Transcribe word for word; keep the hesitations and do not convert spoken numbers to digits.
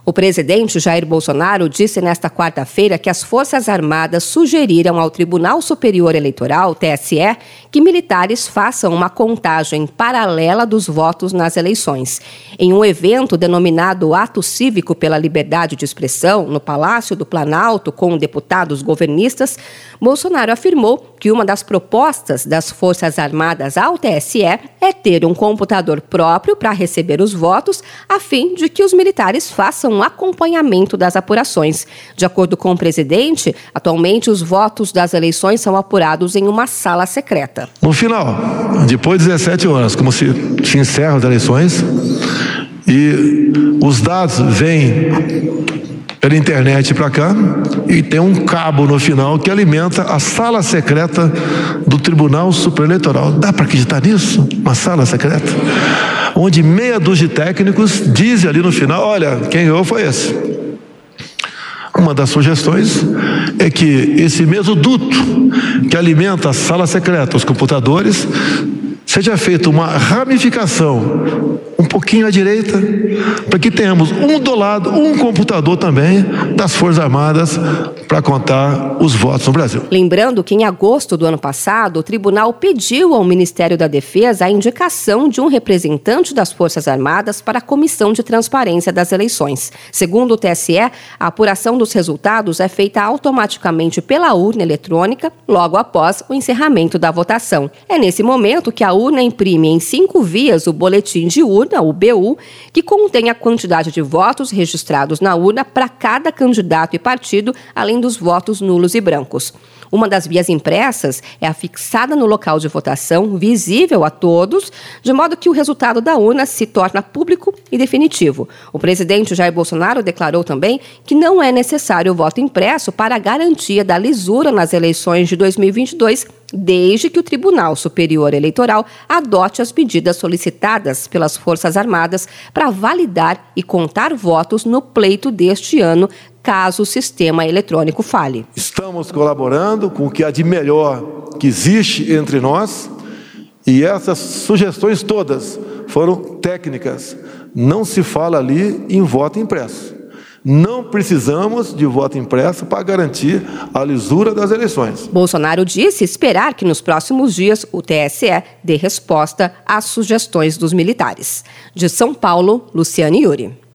O presidente Jair Bolsonaro disse nesta quarta-feira que as Forças Armadas sugeriram ao Tribunal Superior Eleitoral, T S E, que militares façam uma contagem paralela dos votos nas eleições. Em um evento denominado Ato Cívico pela Liberdade de Expressão, no Palácio do Planalto, com deputados governistas, Bolsonaro afirmou que uma das propostas das Forças Armadas ao T S E é ter um computador próprio para receber os votos, a fim de que os militares façam um acompanhamento das apurações. De acordo com o presidente, atualmente os votos das eleições são apurados em uma sala secreta. No final, depois de dezessete horas, como se, se encerram as eleições, e os dados vêm pela internet para cá, e tem um cabo no final que alimenta a sala secreta do Tribunal Superior Eleitoral. Dá para acreditar nisso? Uma sala secreta? Onde meia dúzia de técnicos dizem ali no final, olha, quem ganhou foi esse. Uma das sugestões é que esse mesmo duto que alimenta a sala secreta, os computadores, seja feita uma ramificação um pouquinho à direita, para que tenhamos um do lado, um computador também das Forças Armadas para contar os votos no Brasil. Lembrando que em agosto do ano passado, o tribunal pediu ao Ministério da Defesa a indicação de um representante das Forças Armadas para a Comissão de Transparência das Eleições. Segundo o T S E, a apuração dos resultados é feita automaticamente pela urna eletrônica logo após o encerramento da votação. É nesse momento que a urna imprime em cinco vias o boletim de urna, o B U, que contém a quantidade de votos registrados na urna para cada candidato e partido, além dos votos nulos e brancos. Uma das vias impressas é afixada no local de votação, visível a todos, de modo que o resultado da urna se torna público e definitivo. O presidente Jair Bolsonaro declarou também que não é necessário o voto impresso para a garantia da lisura nas eleições de dois mil e vinte e dois, desde que o Tribunal Superior Eleitoral adote as medidas solicitadas pelas Forças Armadas para validar e contar votos no pleito deste ano, caso o sistema eletrônico falhe. Estamos colaborando com o que há de melhor que existe entre nós, e essas sugestões todas foram técnicas. Não se fala ali em voto impresso. Não precisamos de voto impresso para garantir a lisura das eleições. Bolsonaro disse esperar que nos próximos dias o T S E dê resposta às sugestões dos militares. De São Paulo, Luciane Yuri.